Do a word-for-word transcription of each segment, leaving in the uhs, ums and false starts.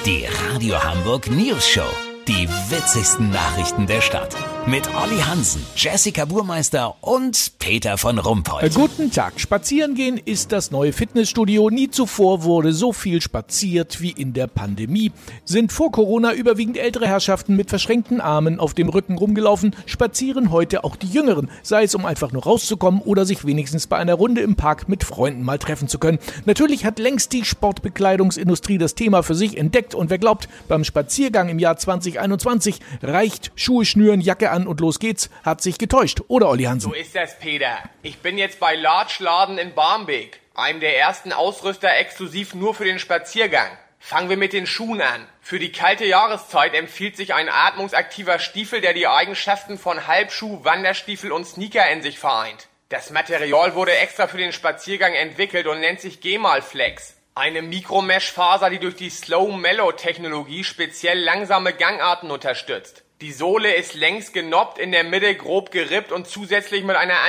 Die Radio Hamburg News Show. Die witzigsten Nachrichten der Stadt. Mit Olli Hansen, Jessica Burmeister und Peter von Rumpold. Guten Tag. Spazieren gehen ist das neue Fitnessstudio. Nie zuvor wurde so viel spaziert wie in der Pandemie. Sind vor Corona überwiegend ältere Herrschaften mit verschränkten Armen auf dem Rücken rumgelaufen, spazieren heute auch die Jüngeren. Sei es, um einfach nur rauszukommen oder sich wenigstens bei einer Runde im Park mit Freunden mal treffen zu können. Natürlich hat längst die Sportbekleidungsindustrie das Thema für sich entdeckt. Und wer glaubt, beim Spaziergang im Jahr zwanzig einundzwanzig reicht Schuhe schnüren, Jacke an und los geht's, hat sich getäuscht. Oder, Olli Hansen? So ist das, Peter. Ich bin jetzt bei Large Laden in Barmbek, einem der ersten Ausrüster exklusiv nur für den Spaziergang. Fangen wir mit den Schuhen an. Für die kalte Jahreszeit empfiehlt sich ein atmungsaktiver Stiefel, der die Eigenschaften von Halbschuh, Wanderstiefel und Sneaker in sich vereint. Das Material wurde extra für den Spaziergang entwickelt und nennt sich Gemalflex. Eine Mikromesh-Faser, die durch die Slow-Mellow-Technologie speziell langsame Gangarten unterstützt. Die Sohle ist längs genoppt, in der Mitte grob gerippt und zusätzlich mit einer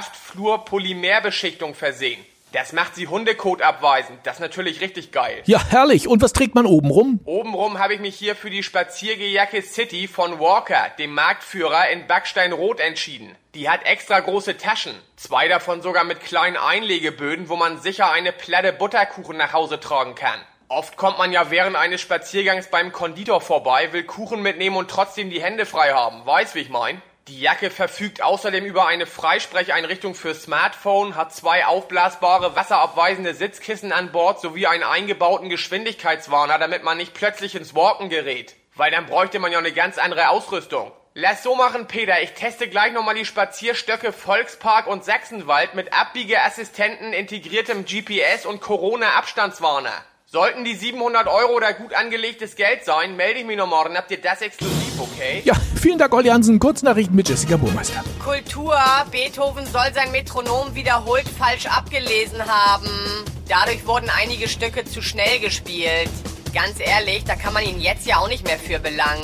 Anti-Haft-Fluor-Polymerbeschichtung versehen. Das macht sie Hundekot abweisend. Das ist natürlich richtig geil. Ja, herrlich. Und was trägt man obenrum? Obenrum habe ich mich hier für die Spaziergehjacke City von Walker, dem Marktführer, in Backsteinrot entschieden. Die hat extra große Taschen. Zwei davon sogar mit kleinen Einlegeböden, wo man sicher eine Platte Butterkuchen nach Hause tragen kann. Oft kommt man ja während eines Spaziergangs beim Konditor vorbei, will Kuchen mitnehmen und trotzdem die Hände frei haben. Weißt, wie ich mein? Die Jacke verfügt außerdem über eine Freisprecheinrichtung für Smartphone, hat zwei aufblasbare, wasserabweisende Sitzkissen an Bord sowie einen eingebauten Geschwindigkeitswarner, damit man nicht plötzlich ins Walken gerät. Weil dann bräuchte man ja eine ganz andere Ausrüstung. Lass so machen, Peter. Ich teste gleich nochmal die Spazierstöcke Volkspark und Sachsenwald mit Abbiegeassistenten, integriertem G P S und Corona-Abstandswarner. Sollten die siebenhundert Euro oder gut angelegtes Geld sein, melde ich mich noch morgen. Habt ihr das exklusiv, okay? Ja, vielen Dank, Olli Hansen. Kurznachrichten mit Jessica Burmeister. Kultur. Beethoven soll sein Metronom wiederholt falsch abgelesen haben. Dadurch wurden einige Stücke zu schnell gespielt. Ganz ehrlich, da kann man ihn jetzt ja auch nicht mehr für belangen.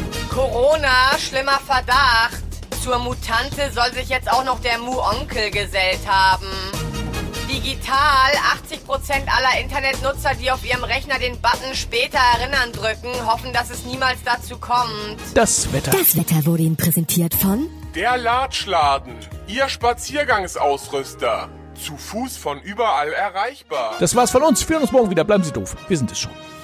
Corona, schlimmer Verdacht. Zur Mutante soll sich jetzt auch noch der Mu-Onkel gesellt haben. Digital, achtzig Prozent aller Internetnutzer, die auf ihrem Rechner den Button später erinnern drücken, hoffen, dass es niemals dazu kommt. Das Wetter. Das Wetter wurde Ihnen präsentiert von der Large Laden, Ihr Spaziergangsausrüster. Zu Fuß von überall erreichbar. Das war's von uns. Wir hören uns morgen wieder. Bleiben Sie doof. Wir sind es schon.